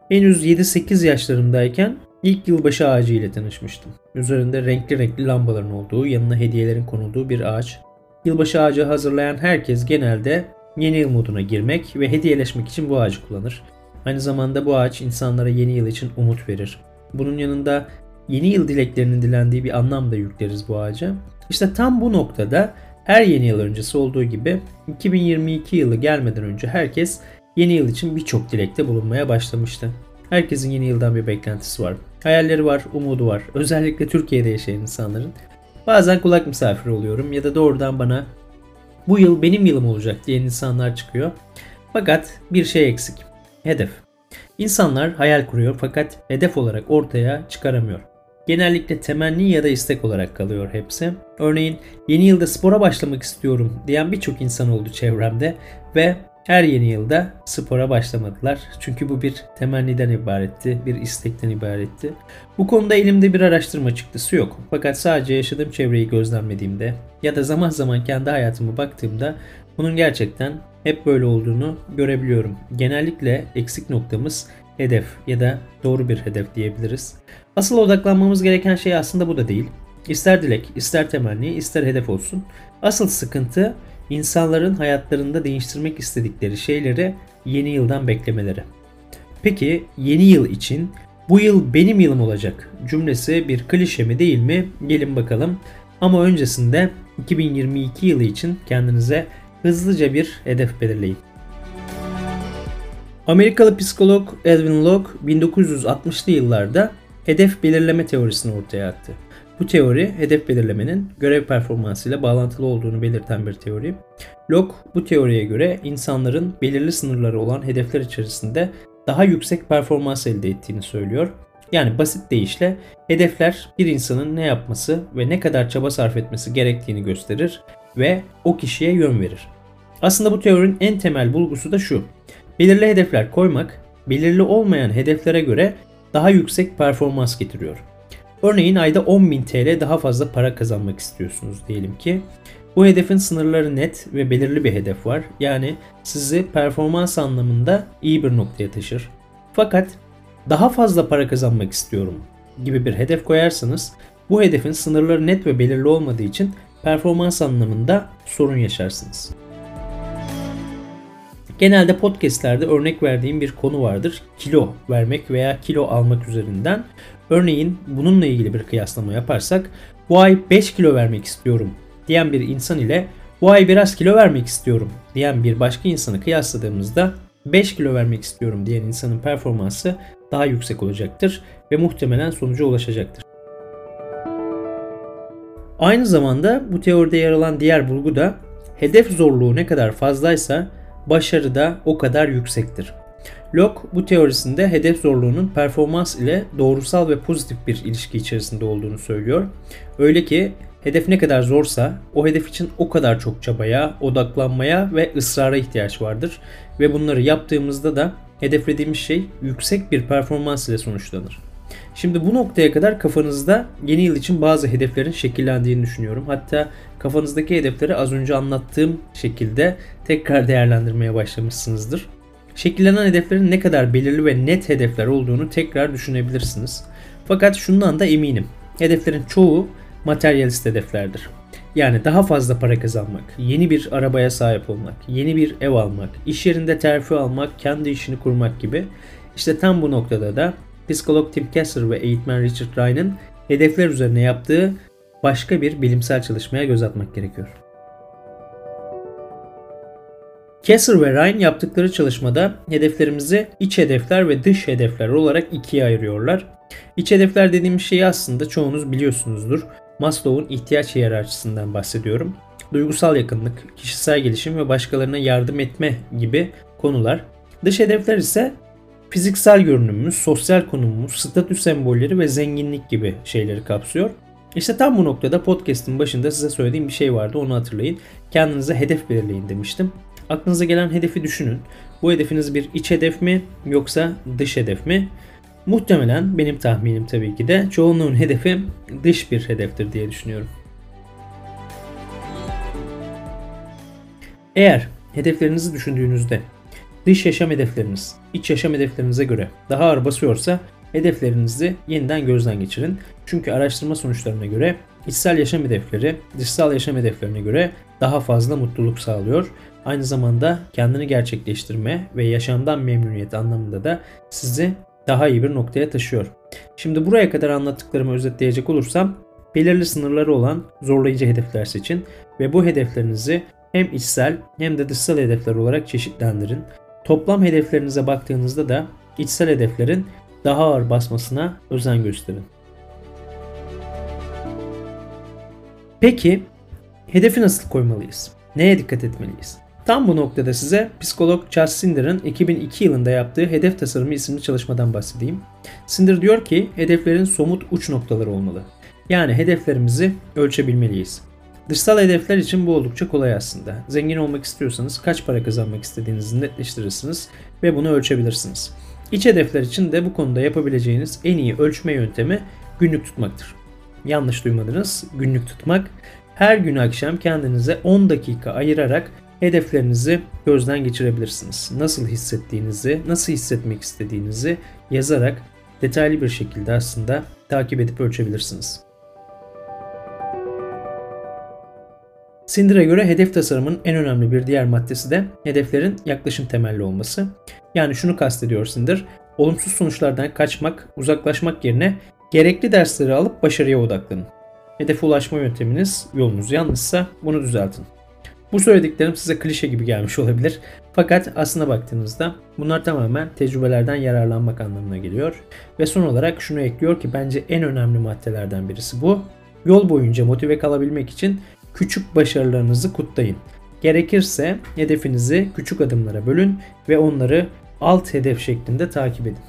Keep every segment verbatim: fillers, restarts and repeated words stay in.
Henüz yedi sekiz yaşlarımdayken ilk yılbaşı ağacı ile tanışmıştım. Üzerinde renkli renkli lambaların olduğu, yanına hediyelerin konulduğu bir ağaç. Yılbaşı ağacı hazırlayan herkes genelde yeni yıl moduna girmek ve hediyeleşmek için bu ağacı kullanır. Aynı zamanda bu ağaç insanlara yeni yıl için umut verir. Bunun yanında yeni yıl dileklerinin dilendiği bir anlam da yükleriz bu ağaca. İşte tam bu noktada her yeni yıl öncesi olduğu gibi iki bin yirmi iki yılı gelmeden önce herkes yeni yıl için birçok dilekte bulunmaya başlamıştı. Herkesin yeni yıldan bir beklentisi var. Hayalleri var, umudu var. Özellikle Türkiye'de yaşayan insanların. Bazen kulak misafiri oluyorum ya da doğrudan bana bu yıl benim yılım olacak diyen insanlar çıkıyor. Fakat bir şey eksik. Hedef. İnsanlar hayal kuruyor fakat hedef olarak ortaya çıkaramıyor. Genellikle temenni ya da istek olarak kalıyor hepsi. Örneğin yeni yılda spora başlamak istiyorum diyen birçok insan oldu çevremde ve her yeni yılda spora başlamadılar. Çünkü bu bir temenniden ibaretti, bir istekten ibaretti. Bu konuda elimde bir araştırma çıktısı yok. Fakat sadece yaşadığım çevreyi gözlemlediğimde ya da zaman zaman kendi hayatıma baktığımda bunun gerçekten hep böyle olduğunu görebiliyorum. Genellikle eksik noktamız hedef ya da doğru bir hedef diyebiliriz. Asıl odaklanmamız gereken şey aslında bu da değil. İster dilek, ister temenni, ister hedef olsun. Asıl sıkıntı insanların hayatlarında değiştirmek istedikleri şeyleri yeni yıldan beklemeleri. Peki yeni yıl için bu yıl benim yılım olacak cümlesi bir klişe mi değil mi? Gelin bakalım. Ama öncesinde iki bin yirmi iki yılı için kendinize hızlıca bir hedef belirleyin. Amerikalı psikolog Edwin Locke bin dokuz yüz altmışlı yıllarda hedef belirleme teorisini ortaya attı. Bu teori hedef belirlemenin görev performansıyla bağlantılı olduğunu belirten bir teori. Locke bu teoriye göre insanların belirli sınırları olan hedefler içerisinde daha yüksek performans elde ettiğini söylüyor. Yani basit deyişle hedefler bir insanın ne yapması ve ne kadar çaba sarf etmesi gerektiğini gösterir ve o kişiye yön verir. Aslında bu teorinin en temel bulgusu da şu. Belirli hedefler koymak, belirli olmayan hedeflere göre daha yüksek performans getiriyor. Örneğin ayda on bin T L daha fazla para kazanmak istiyorsunuz diyelim ki. Bu hedefin sınırları net ve belirli bir hedef var. Yani sizi performans anlamında iyi bir noktaya taşır. Fakat daha fazla para kazanmak istiyorum gibi bir hedef koyarsanız bu hedefin sınırları net ve belirli olmadığı için performans anlamında sorun yaşarsınız. Genelde podcastlerde örnek verdiğim bir konu vardır. Kilo vermek veya kilo almak üzerinden. Örneğin bununla ilgili bir kıyaslama yaparsak bu ay beş kilo vermek istiyorum diyen bir insan ile bu ay biraz kilo vermek istiyorum diyen bir başka insanı kıyasladığımızda beş kilo vermek istiyorum diyen insanın performansı daha yüksek olacaktır ve muhtemelen sonuca ulaşacaktır. Aynı zamanda bu teoride yer alan diğer bulgu da hedef zorluğu ne kadar fazlaysa başarı da o kadar yüksektir. Locke bu teorisinde hedef zorluğunun performans ile doğrusal ve pozitif bir ilişki içerisinde olduğunu söylüyor. Öyle ki hedef ne kadar zorsa o hedef için o kadar çok çabaya, odaklanmaya ve ısrara ihtiyaç vardır. Ve bunları yaptığımızda da hedeflediğimiz şey yüksek bir performans ile sonuçlanır. Şimdi bu noktaya kadar kafanızda yeni yıl için bazı hedeflerin şekillendiğini düşünüyorum. Hatta kafanızdaki hedefleri az önce anlattığım şekilde tekrar değerlendirmeye başlamışsınızdır. Şekillenen hedeflerin ne kadar belirli ve net hedefler olduğunu tekrar düşünebilirsiniz. Fakat şundan da eminim. Hedeflerin çoğu materyalist hedeflerdir. Yani daha fazla para kazanmak, yeni bir arabaya sahip olmak, yeni bir ev almak, iş yerinde terfi almak, kendi işini kurmak gibi. İşte tam bu noktada da psikolog Tim Kasser ve eğitmen Richard Ryan'ın hedefler üzerine yaptığı başka bir bilimsel çalışmaya göz atmak gerekiyor. Kasser ve Ryan yaptıkları çalışmada hedeflerimizi iç hedefler ve dış hedefler olarak ikiye ayırıyorlar. İç hedefler dediğimiz şeyi aslında çoğunuz biliyorsunuzdur. Maslow'un ihtiyaç hiyerarşisinden bahsediyorum. Duygusal yakınlık, kişisel gelişim ve başkalarına yardım etme gibi konular. Dış hedefler ise fiziksel görünümümüz, sosyal konumumuz, statü sembolleri ve zenginlik gibi şeyleri kapsıyor. İşte tam bu noktada podcast'in başında size söylediğim bir şey vardı, onu hatırlayın. Kendinize hedef belirleyin demiştim. Aklınıza gelen hedefi düşünün. Bu hedefiniz bir iç hedef mi yoksa dış hedef mi? Muhtemelen benim tahminim tabii ki de çoğunluğun hedefi dış bir hedeftir diye düşünüyorum. Eğer hedeflerinizi düşündüğünüzde dış yaşam hedefleriniz, iç yaşam hedeflerinize göre daha ağır basıyorsa hedeflerinizi yeniden gözden geçirin. Çünkü araştırma sonuçlarına göre içsel yaşam hedefleri dışsal yaşam hedeflerine göre daha fazla mutluluk sağlıyor. Aynı zamanda kendini gerçekleştirme ve yaşamdan memnuniyet anlamında da sizi daha iyi bir noktaya taşıyor. Şimdi buraya kadar anlattıklarımı özetleyecek olursam, belirli sınırları olan zorlayıcı hedefler seçin ve bu hedeflerinizi hem içsel hem de dışsal hedefler olarak çeşitlendirin. Toplam hedeflerinize baktığınızda da içsel hedeflerin daha ağır basmasına özen gösterin. Peki hedefi nasıl koymalıyız? Neye dikkat etmeliyiz? Tam bu noktada size psikolog Charles Sinder'ın iki bin iki yılında yaptığı Hedef Tasarımı isimli çalışmadan bahsedeyim. Sinder diyor ki hedeflerin somut uç noktaları olmalı. Yani hedeflerimizi ölçebilmeliyiz. Dışsal hedefler için bu oldukça kolay aslında. Zengin olmak istiyorsanız kaç para kazanmak istediğinizi netleştirirsiniz ve bunu ölçebilirsiniz. İç hedefler için de bu konuda yapabileceğiniz en iyi ölçme yöntemi günlük tutmaktır. Yanlış duymadınız, günlük tutmak. Her gün akşam kendinize on dakika ayırarak hedeflerinizi gözden geçirebilirsiniz. Nasıl hissettiğinizi, nasıl hissetmek istediğinizi yazarak detaylı bir şekilde aslında takip edip ölçebilirsiniz. Sinder'e göre hedef tasarımının en önemli bir diğer maddesi de hedeflerin yaklaşım temelli olması. Yani şunu kastediyor Sinder, olumsuz sonuçlardan kaçmak, uzaklaşmak yerine gerekli dersleri alıp başarıya odaklanın. Hedefe ulaşma yönteminiz, yolunuz yanlışsa bunu düzeltin. Bu söylediklerim size klişe gibi gelmiş olabilir. Fakat aslına baktığınızda bunlar tamamen tecrübelerden yararlanmak anlamına geliyor. Ve son olarak şunu ekliyor ki bence en önemli maddelerden birisi bu. Yol boyunca motive kalabilmek için küçük başarılarınızı kutlayın. Gerekirse hedefinizi küçük adımlara bölün ve onları alt hedef şeklinde takip edin.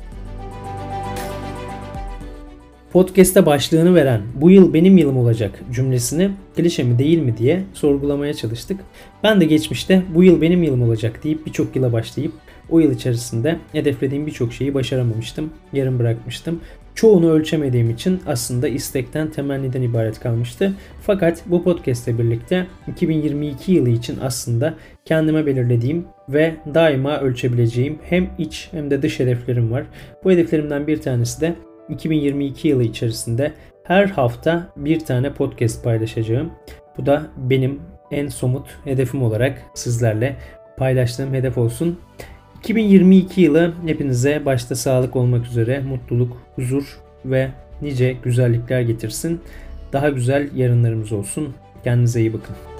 Podcast'te başlığını veren "bu yıl benim yılım olacak" cümlesini klişe mi değil mi diye sorgulamaya çalıştık. Ben de geçmişte bu yıl benim yılım olacak deyip birçok yıla başlayıp o yıl içerisinde hedeflediğim birçok şeyi başaramamıştım, yarım bırakmıştım. Çoğunu ölçemediğim için aslında istekten, temenniden ibaret kalmıştı. Fakat bu podcast ile birlikte iki bin yirmi iki yılı için aslında kendime belirlediğim ve daima ölçebileceğim hem iç hem de dış hedeflerim var. Bu hedeflerimden bir tanesi de iki bin yirmi iki yılı içerisinde her hafta bir tane podcast paylaşacağım. Bu da benim en somut hedefim olarak sizlerle paylaştığım hedef olsun. iki bin yirmi iki yılı hepinize başta sağlık olmak üzere mutluluk, huzur ve nice güzellikler getirsin. Daha güzel yarınlarımız olsun. Kendinize iyi bakın.